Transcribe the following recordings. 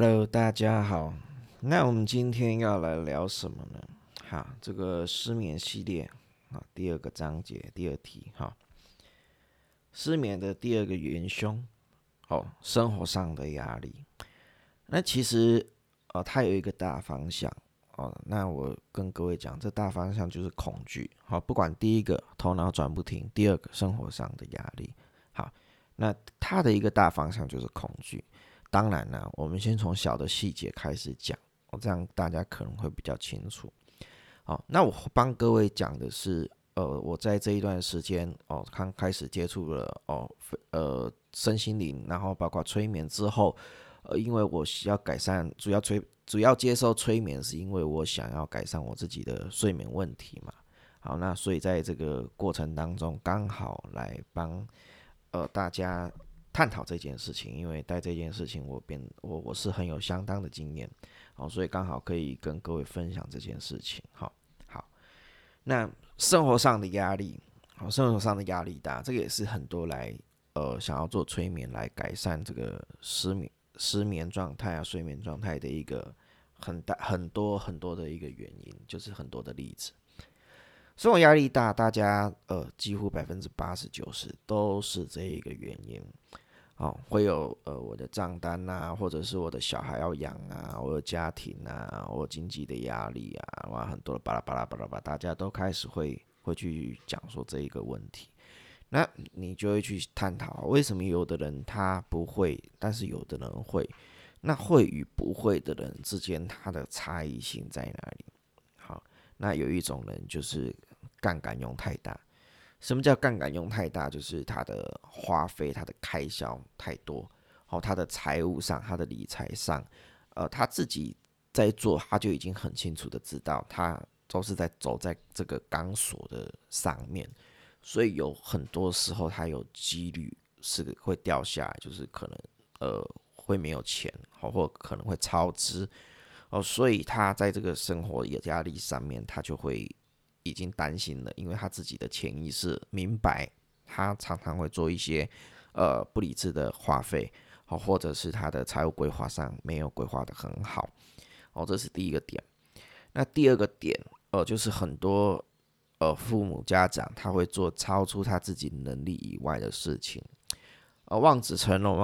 Hello，大家好。那我们今天要来聊什么呢？好，这个失眠系列第二个章节第二题失眠的第二个元凶生活上的压力。那其实它有一个大方向那我跟各位讲，这大方向就是恐惧。不管第一个头脑转不停，第二个生活上的压力。好，那它的一个大方向就是恐惧。当然呢，我们先从小的细节开始讲，这样大家可能会比较清楚。好，那我帮各位讲的是，我在这一段时间刚开始接触了身心灵，然后包括催眠之后，因为我需要改善，主要接受催眠，是因为我想要改善我自己的睡眠问题嘛。好，那所以在这个过程当中，刚好来帮大家探讨这件事情，因为在这件事情我是很有相当的经验，所以刚好可以跟各位分享这件事情。好，那生活上的压力，生活上的压力大，这个也是很多来想要做催眠来改善这个失眠状态睡眠状态的一个很多很多的一个原因，就是很多的例子。生活压力大，大家几乎80%-90%都是这一个原因。会有我的账单或者是我的小孩要养我的家庭我经济的压力很多的巴拉巴拉巴拉巴拉，大家都开始会去讲说这一个问题。那你就会去探讨为什么有的人他不会，但是有的人会。那会与不会的人之间，他的差异性在哪里？好，那有一种人就是杠杆用太大。什么叫杠杆用太大？就是他的花费、他的开销太多，他的财务上、他的理财上，他自己在做，他就已经很清楚的知道，他都是在走在这个钢索的上面，所以有很多时候他有几率是会掉下来，就是可能会没有钱，或可能会超支所以他在这个生活压力上面，他就会已经担心了，因为他自己的潜意识明白，他常常会做一些不理智的花费，或者是他的财务规划上没有规划的很好这是第一个点。那第二个点就是很多父母家长他会做超出他自己能力以外的事情望子成龙，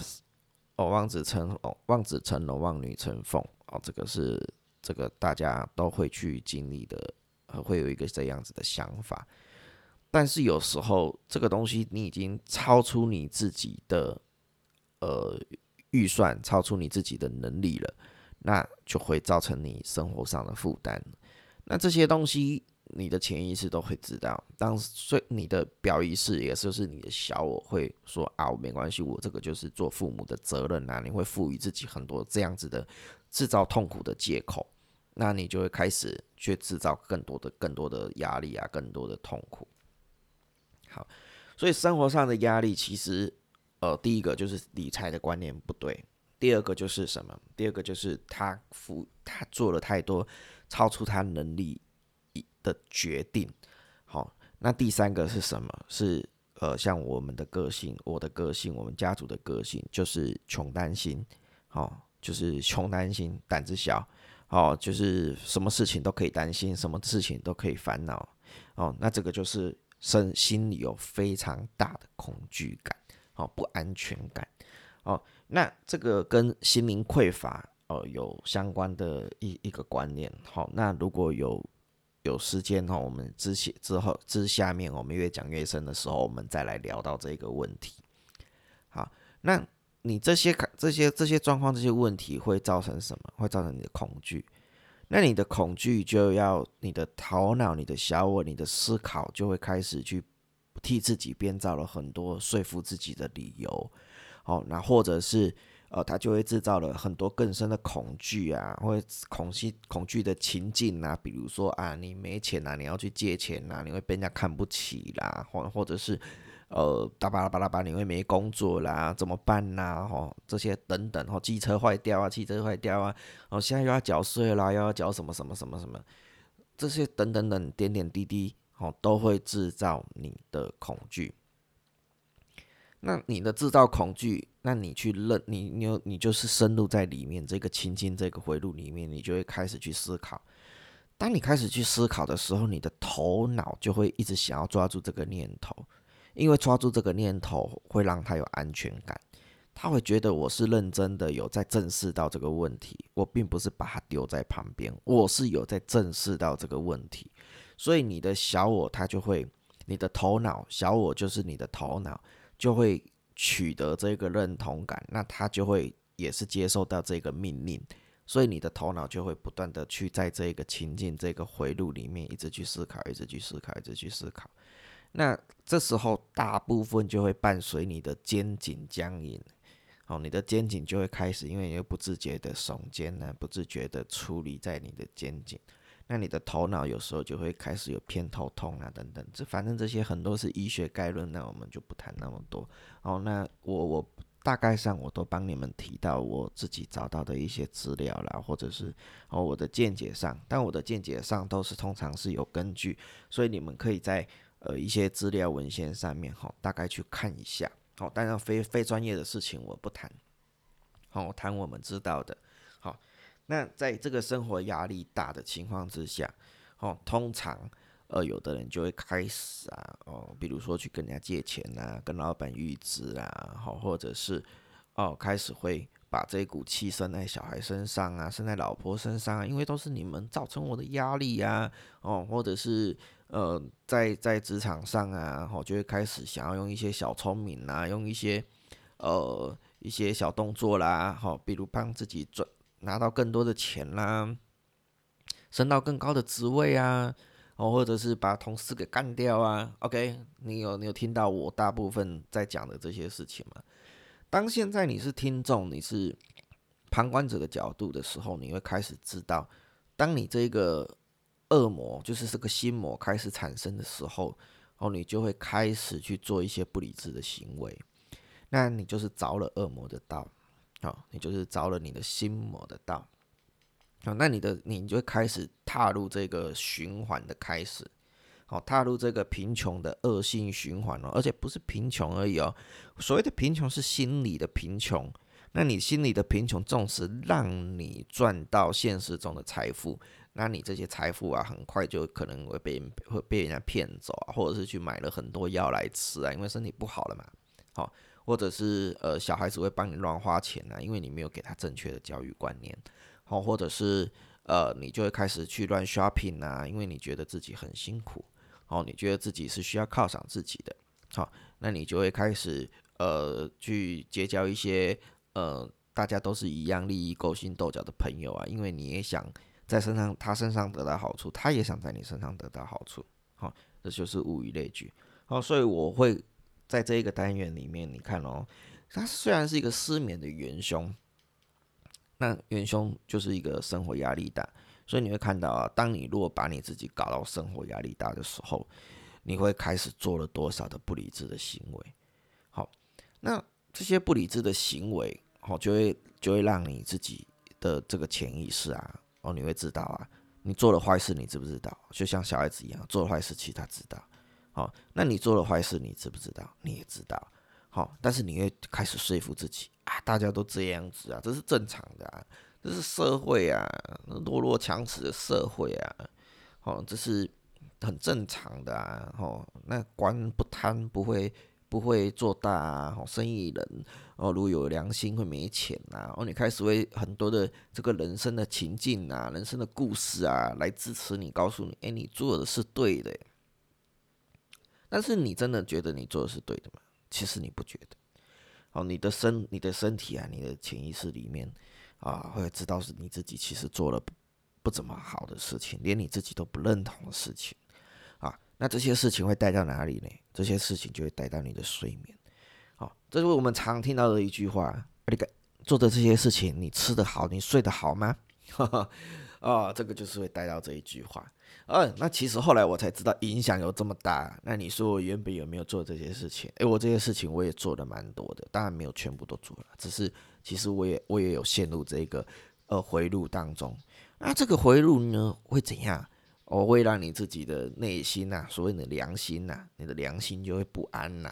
望子成龙，望女成凤这个大家都会去经历的，会有一个这样子的想法。但是有时候这个东西你已经超出你自己的预算，超出你自己的能力了，那就会造成你生活上的负担。那这些东西你的潜意识都会知道，所以你的表意识也就是你的小我会说我没关系，我这个就是做父母的责任你会赋予自己很多这样子的制造痛苦的借口，那你就会开始去制造更多的压力更多的痛苦。好，所以生活上的压力其实第一个就是理财的观念不对，第二个就是什么？第二个就是他做了太多超出他能力的决定。好，那第三个是什么？是像我们的个性，我的个性，我们家族的个性，就是穷担心，就是穷担心，胆子小，就是什么事情都可以担心，什么事情都可以烦恼，那这个就是心里有非常大的恐惧感，不安全感，那这个跟心灵匮乏有相关的一个观念。那如果有时间我们下面我们越讲越深的时候，我们再来聊到这个问题。好，那你这些状况、这些问题会造成什么？会造成你的恐惧。那你的恐惧就要你的头脑、你的小我、你的思考就会开始去替自己编造了很多说服自己的理由。那或者是他就会制造了很多更深的恐惧或者恐惧的情境比如说你没钱你要去借钱你会被人家看不起啦，或者是巴拉巴拉巴拉，你会没工作啦，怎么办这些等等机车坏掉汽车坏掉现在又要缴税啦，又要缴什么什么什么什么，这些等等等点点滴滴都会制造你的恐惧。那你的制造恐惧， 那你去认你就是深入在里面这个情境这个回路里面，你就会开始去思考。当你开始去思考的时候，你的头脑就会一直想要抓住这个念头，因为抓住这个念头会让他有安全感，他会觉得我是认真的，有在正视到这个问题，我并不是把它丢在旁边，我是有在正视到这个问题，所以你的小我他就会，你的头脑，小我就是你的头脑，就会取得这个认同感，那他就会也是接受到这个命令。所以你的头脑就会不断的去在这个情境、这个回路里面一直去思考，一直去思考，一直去思考。那这时候大部分就会伴随你的肩颈僵硬，你的肩颈就会开始，因为你会不自觉的耸肩呢，不自觉的处理在你的肩颈。那你的头脑有时候就会开始有偏头痛啊等等，反正这些很多是医学概论，那我们就不谈那么多。那我大概上我都帮你们提到我自己找到的一些资料啦，或者是我的见解上，但我的见解上都是通常是有根据，所以你们可以在一些资料文献上面大概去看一下。当然非专业的事情我不谈，我谈我们知道的。好，那在这个生活压力大的情况之下，通常有的人就会开始比如说去跟人家借钱啊，跟老板预支啊，或者是开始会把这股气生在小孩身上啊，生在老婆身上啊，因为都是你们造成我的压力啊，或者是在职场上啊，就会开始想要用一些小聪明啊，用一些小动作啦，比如帮自己拿到更多的钱啦，升到更高的职位啊，或者是把同事给干掉啊。OK，你有听到我大部分在讲的这些事情吗？当现在你是听众，你是旁观者的角度的时候，你会开始知道，当你这个恶魔，就是这个心魔开始产生的时候，你就会开始去做一些不理智的行为，那你就是着了恶魔的道，你就是着了你的心魔的道。那你就会开始踏入这个循环的开始，踏入这个贫穷的恶性循环而且不是贫穷而已所谓的贫穷是心理的贫穷。那你心理的贫穷，纵使让你赚到现实中的财富，那你这些财富很快就可能会被人家骗走或者是去买了很多药来吃因为身体不好了嘛，或者是小孩子会帮你乱花钱因为你没有给他正确的教育观念。或者是你就会开始去乱 shopping 因为你觉得自己很辛苦，你觉得自己是需要犒赏自己的，那你就会开始去结交一些大家都是一样利益勾心斗角的朋友因为你也想在他身上得到好处，他也想在你身上得到好处，这就是物以类聚，所以我会在这一个单元里面，你看它虽然是一个失眠的元凶。那元凶就是一个生活压力大，所以你会看到当你如果把你自己搞到生活压力大的时候，你会开始做了多少的不理智的行为。好，那这些不理智的行为，就会让你自己的这个潜意识你会知道你做了坏事，你知不知道？就像小孩子一样，做了坏事，其实他知道。那你做了坏事，你知不知道？你也知道。但是你会开始说服自己大家都这样子这是正常的这是社会弱肉强食的社会这是很正常的那官不贪不会做大生意人如果有良心会没钱你开始会很多的这个人生的情境人生的故事来支持你，告诉你你做的是对的但是你真的觉得你做的是对的吗？其实你不觉得你的身体你的潜意识里面会知道是你自己其实做了不怎么好的事情，连你自己都不认同的事情那这些事情会带到哪里呢？这些事情就会带到你的睡眠这是我们常听到的一句话你做的这些事情，你吃得好，你睡得好吗？这个就是会带到这一句话那其实后来我才知道影响有这么大。那你说我原本有没有做这些事情？我这些事情我也做的蛮多的，当然没有全部都做了，只是其实我也有陷入这个回路当中。那这个回路呢会怎样？会让你自己的内心所谓的良心你的良心就会不安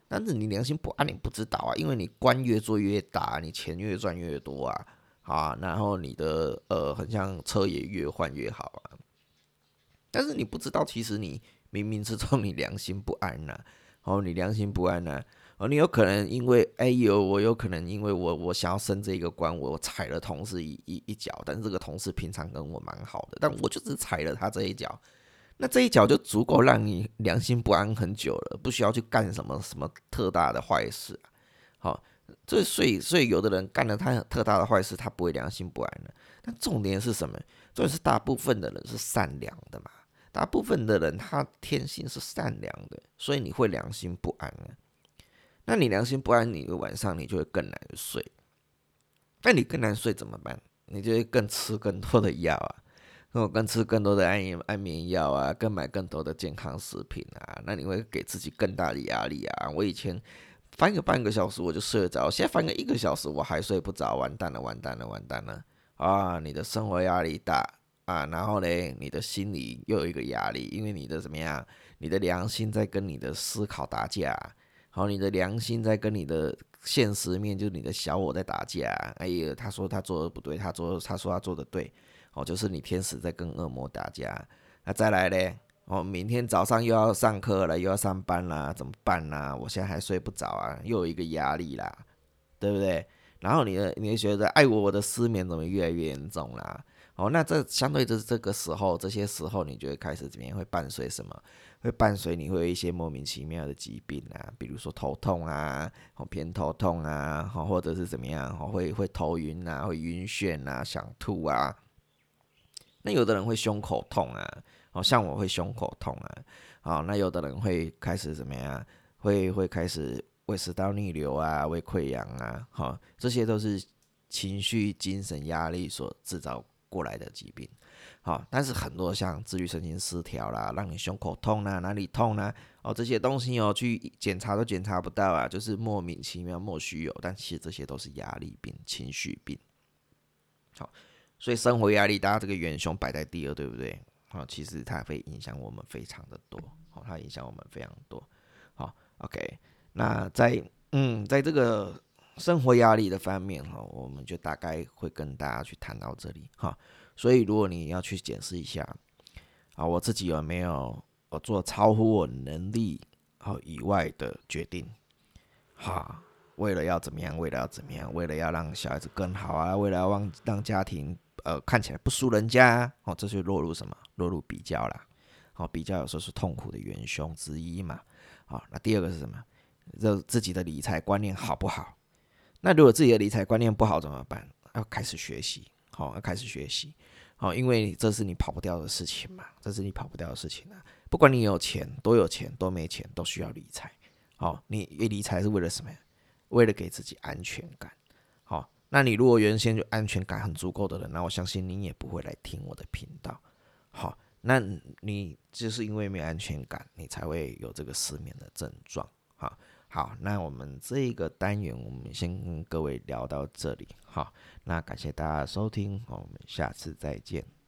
但是你良心不安，你不知道啊，因为你官越做越大，你钱越赚越多然后你的很像车也越换越好啊，但是你不知道，其实你冥冥之中你良心不安你良心不安你有可能因为我有可能因为我想要升这个官，我踩了同事一脚，但是这个同事平常跟我蛮好的，但我就只踩了他这一脚，那这一脚就足够让你良心不安很久了，不需要去干什么什么特大的坏事好，所以有的人干了他特大的坏事，他不会良心不安的。但重点是什么？重点是大部分的人是善良的嘛，大部分的人他天性是善良的，所以你会良心不安那你良心不安，你晚上你就会更难睡。那你更难睡怎么办？你就会更吃更多的药更吃更多的安眠药更买更多的健康食品那你会给自己更大的压力我以前翻个半个小时我就睡得着，现在翻个1个小时我还睡不着，完蛋了，完蛋了，完蛋了你的生活压力大然后呢，你的心里又有一个压力，因为你的怎么样，你的良心在跟你的思考打架，好，你的良心在跟你的现实面，就是你的小我在打架。哎呀，他说他做的不对，他说他做的对，就是你天使在跟恶魔打架。那再来嘞，明天早上又要上课了，又要上班啦，怎么办啦？我现在还睡不着又有一个压力啦，对不对？然后你会觉得，我的失眠怎么越来越严重啦？那这相对就是这些时候，你就会开始怎么样？会伴随什么？会伴随你会有一些莫名其妙的疾病比如说头痛偏头痛或者是怎么样？会头晕会晕眩想吐那有的人会胸口痛像我会胸口痛那有的人会开始怎么样？会开始胃食道逆流胃溃疡这些都是情绪、精神压力所制造过来的疾病。但是很多像自律神经失调啦，让你胸口痛哪里痛这些东西去检查都检查不到就是莫名其妙莫须有，但其实这些都是压力病、情绪病。所以生活压力，大家这个元凶摆在第二，对不对？其实它会影响我们非常的多，它影响我们非常多。OK， 那在这个生活压力的方面我们就大概会跟大家去谈到这里所以如果你要去检视一下我自己有没有做超乎我能力以外的决定为了要怎么样，为了要怎么样，为了要让小孩子更好为了要让家庭看起来不输人家这就落入什么？落入比较啦。比较有时候是痛苦的元凶之一嘛。那第二个是什么？自己的理财观念好不好？那如果自己的理财观念不好怎么办？要开始学习，要开始学习，因为这是你跑不掉的事情嘛，这是你跑不掉的事情不管你有钱、多有钱、多没钱，都需要理财。你理财是为了什么？为了给自己安全感。那你如果原先就安全感很足够的人，那我相信你也不会来听我的频道。那你就是因为没有安全感，你才会有这个失眠的症状。好，那我们这个单元我们先跟各位聊到这里。那感谢大家的收听，我们下次再见。